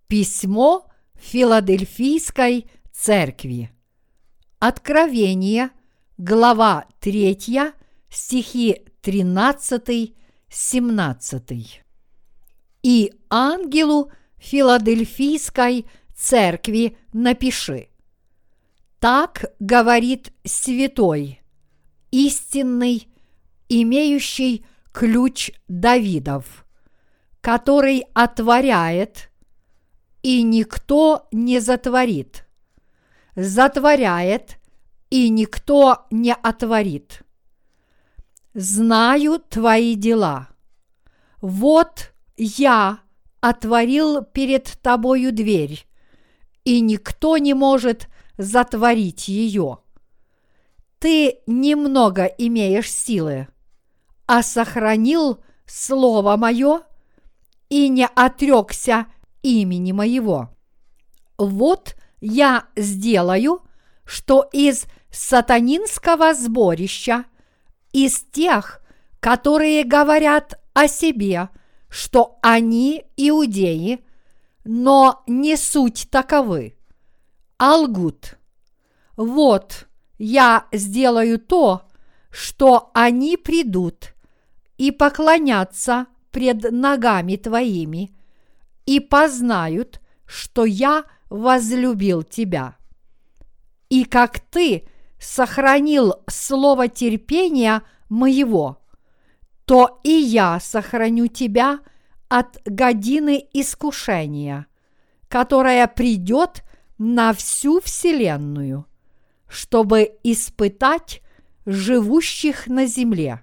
Письмо Филадельфийской церкви. Откровение, глава 3, стихи 13-17. «И ангелу Филадельфийской церкви напиши: так говорит святой, истинный, имеющий ключ Давидов, который отворяет, и никто не затворит, затворяет, и никто не отворит. Знаю твои дела. Вот я отворил перед тобою дверь, и никто не может затворить ее. Ты немного имеешь силы, а сохранил слово мое и не отрекся имени моего. Вот я сделаю, что из сатанинского сборища, из тех, которые говорят о себе, что они иудеи, но не суть таковы, а лгут. Вот я сделаю то, что они придут и поклонятся пред ногами твоими, и познают, что я возлюбил тебя. И как ты сохранил слово терпения моего, то и я сохраню тебя от годины искушения, которая придет на всю вселенную, чтобы испытать живущих на земле.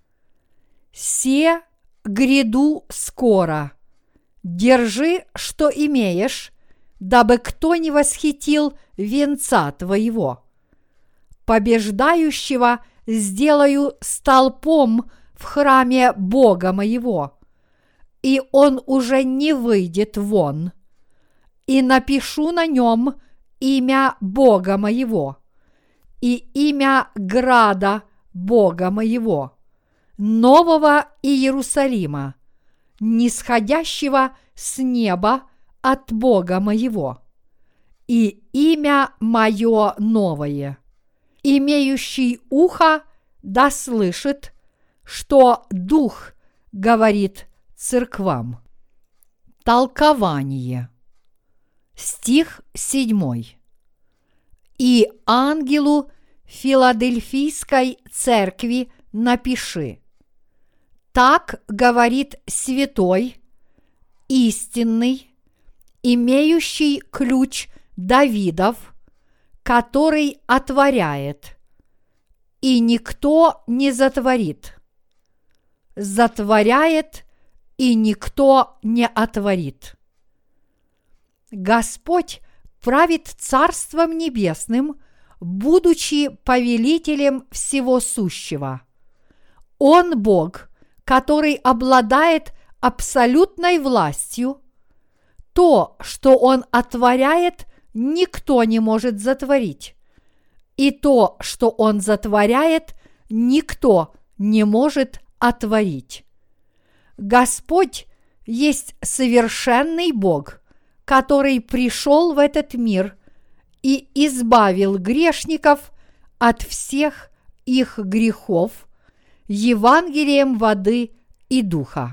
Се гряду скоро. Держи, что имеешь, дабы кто не восхитил венца твоего. Побеждающего сделаю столпом в храме Бога моего, и он уже не выйдет вон. И напишу на нем имя Бога моего и имя града Бога моего, Нового Иерусалима, нисходящего с неба от Бога моего, и имя мое новое. Имеющий ухо да слышит, что Дух говорит церквам». Толкование. Стих 7. «И ангелу Филадельфийской церкви напиши: так говорит святой, истинный, имеющий ключ Давидов, который отворяет, и никто не затворит, затворяет, и никто не отворит. Господь правит Царством Небесным, будучи повелителем всего сущего. Он Бог, который обладает абсолютной властью. То, что Он отворяет, никто не может затворить. И то, что Он затворяет, никто не может отворить. Господь есть совершенный Бог, который пришел в этот мир и избавил грешников от всех их грехов Евангелием воды и духа.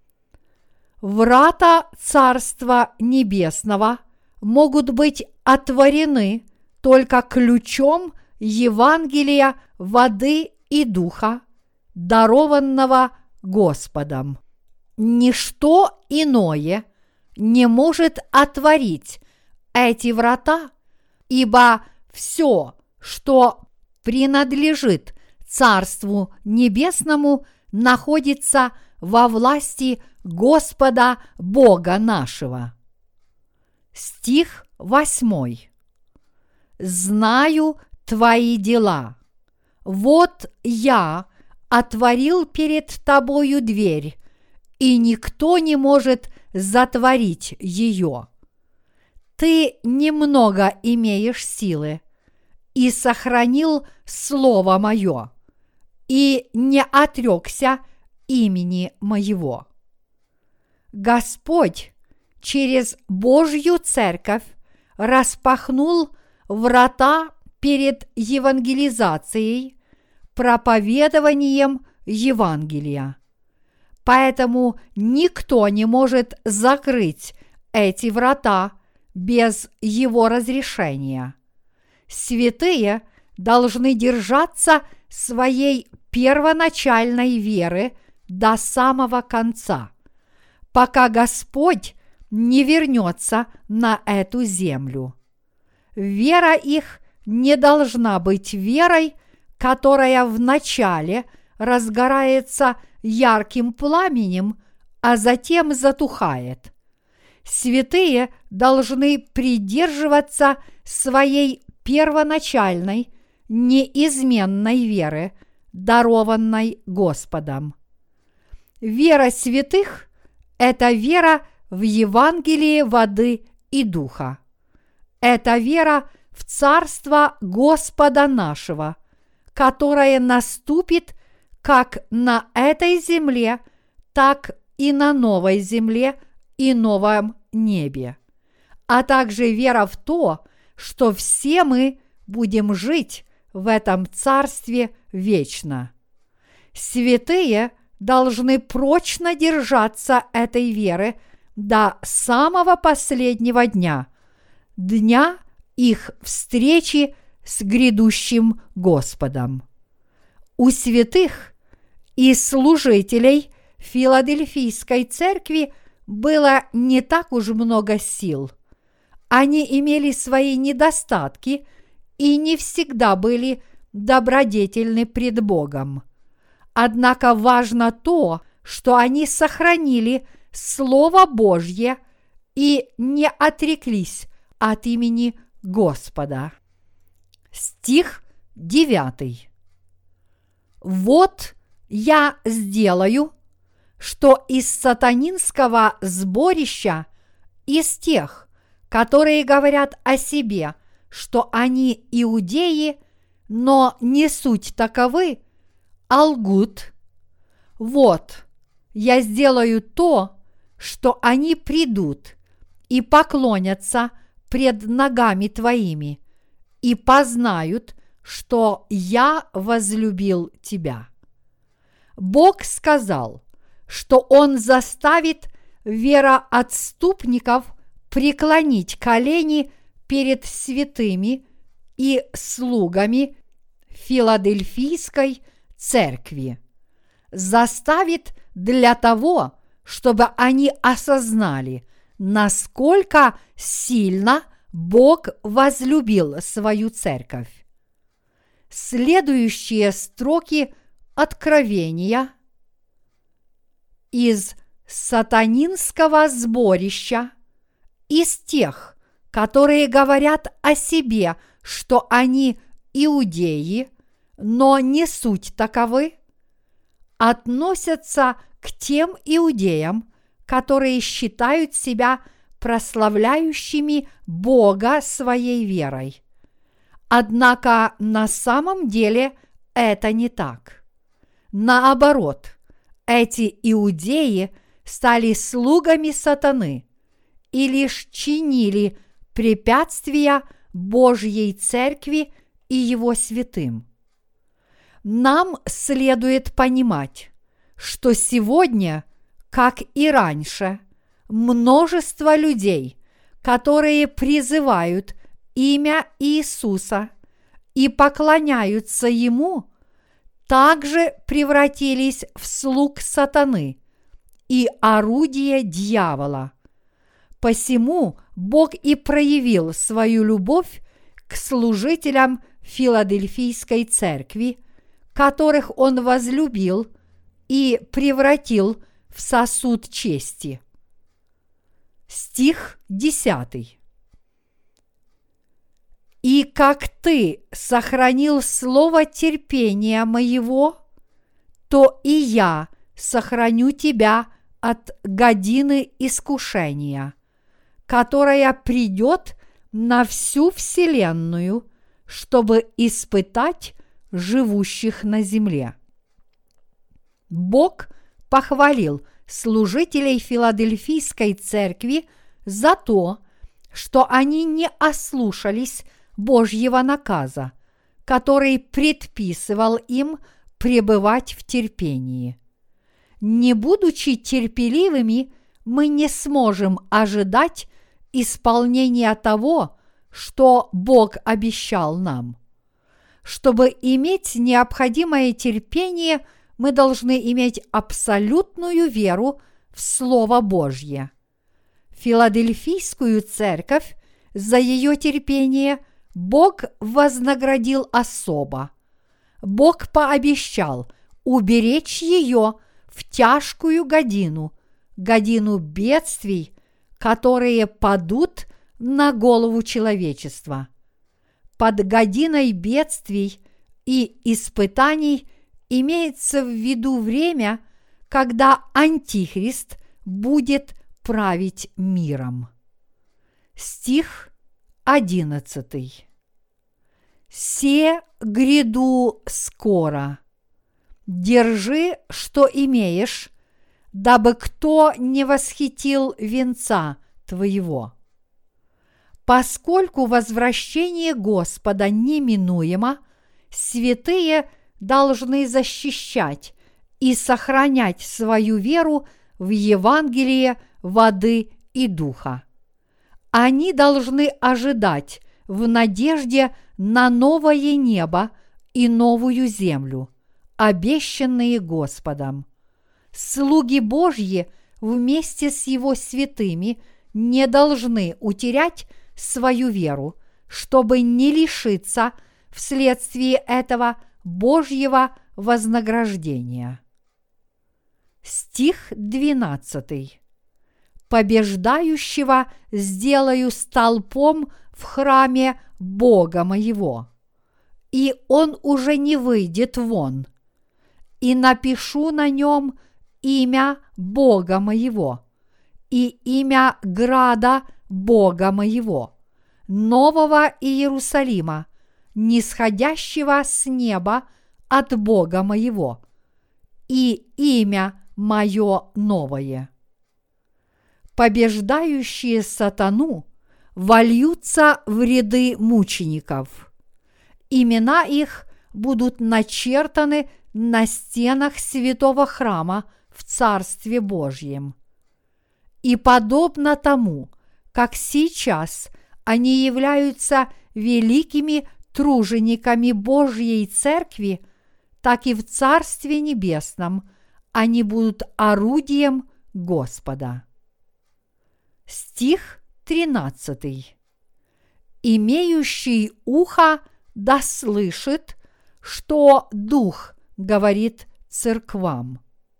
Врата Царства Небесного могут быть отворены только ключом Евангелия воды и духа, дарованного Господом. Ничто иное не может отворить эти врата, ибо все, что принадлежит Царству Небесному, находится во власти Господа Бога нашего. Стих 8. «Знаю твои дела. Вот я отворил перед тобою дверь, и никто не может затворить ее. Ты немного имеешь силы, и сохранил слово мое, и не отрекся имени моего. Господь, через Божью церковь распахнул врата перед евангелизацией, проповедованием Евангелия. Поэтому никто не может закрыть эти врата без его разрешения. Святые должны держаться своей первоначальной веры до самого конца, пока Господь не вернется на эту землю. Вера их не должна быть верой, которая вначале разгорается ярким пламенем, а затем затухает. Святые должны придерживаться своей первоначальной, неизменной веры, дарованной Господом. Вера святых – это вера в Евангелие воды и духа. Это вера в Царство Господа нашего, которое наступит как на этой земле, так и на новой земле и новом небе, а также вера в то, что все мы будем жить в этом Царстве вечно. Святые должны прочно держаться этой веры до самого последнего дня, дня их встречи с грядущим Господом. У святых и служителей Филадельфийской церкви было не так уж много сил. Они имели свои недостатки и не всегда были добродетельны пред Богом. Однако важно то, что они сохранили Слово Божье и не отреклись от имени Господа. Стих 9. «Вот я сделаю, что из сатанинского сборища, из тех, которые говорят о себе, что они иудеи, но не суть таковы, а лгут. Вот, я сделаю то, что они придут и поклонятся пред ногами твоими и познают, что я возлюбил тебя». Бог сказал, что Он заставит вероотступников преклонить колени перед святыми и слугами Филадельфийской церкви. Заставит для того, чтобы они осознали, насколько сильно Бог возлюбил свою церковь. Следующие строки Откровения: «Из сатанинского сборища, из тех, которые говорят о себе, что они иудеи, но не суть таковы», относятся к тем иудеям, которые считают себя прославляющими Бога своей верой. Однако на самом деле это не так. Наоборот, эти иудеи стали слугами сатаны и лишь чинили препятствия Божьей церкви и его святым. Нам следует понимать, что сегодня, как и раньше, множество людей, которые призывают имя Иисуса и поклоняются Ему, также превратились в слуг сатаны и орудие дьявола. Посему Бог и проявил свою любовь к служителям Филадельфийской церкви, которых Он возлюбил и превратил в сосуд чести. Стих 10. «И как ты сохранил слово терпения моего, то и я сохраню тебя от годины искушения, которая придет на всю вселенную, чтобы испытать живущих на земле». Бог похвалил служителей Филадельфийской церкви за то, что они не ослушались Божьего наказа, который предписывал им пребывать в терпении. Не будучи терпеливыми, мы не сможем ожидать исполнения того, что Бог обещал нам. Чтобы иметь необходимое терпение, мы должны иметь абсолютную веру в Слово Божье. Филадельфийскую церковь за ее терпение Бог вознаградил особо. Бог пообещал уберечь ее в тяжкую годину, годину бедствий, которые падут на голову человечества. Под годиной бедствий и испытаний имеется в виду время, когда Антихрист будет править миром. Стих 11. «Се гряду скоро, держи, что имеешь, дабы кто не восхитил венца твоего». Поскольку возвращение Господа неминуемо, святые должны защищать и сохранять свою веру в Евангелие воды и духа. Они должны ожидать в надежде на новое небо и новую землю, обещанные Господом. Слуги Божьи вместе с Его святыми не должны утерять свою веру, чтобы не лишиться вследствие этого Божьего вознаграждения. Стих 12. «Побеждающего сделаю столпом в храме Бога моего, и он уже не выйдет вон, и напишу на нем имя Бога моего и имя града Бога моего, нового Иерусалима, нисходящего с неба от Бога моего, и имя мое новое». Побеждающие сатану вольются в ряды мучеников. Имена их будут начертаны на стенах святого храма в Царстве Божьем. И подобно тому, как сейчас они являются великими тружениками Божьей Церкви, так и в Царстве Небесном они будут орудием Господа. Стих 13. «Имеющий ухо да слышит, что Дух говорит церквам».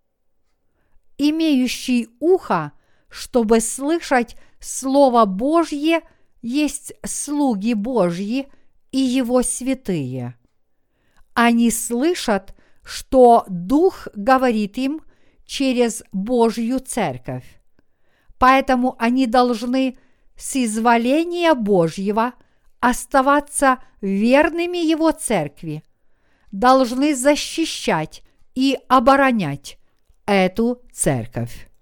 Имеющий ухо, чтобы слышать Слово Божье, есть слуги Божьи и Его святые. Они слышат, что Дух говорит им через Божью Церковь. Поэтому они должны с изволения Божьего оставаться верными Его Церкви, должны защищать и оборонять эту Церковь.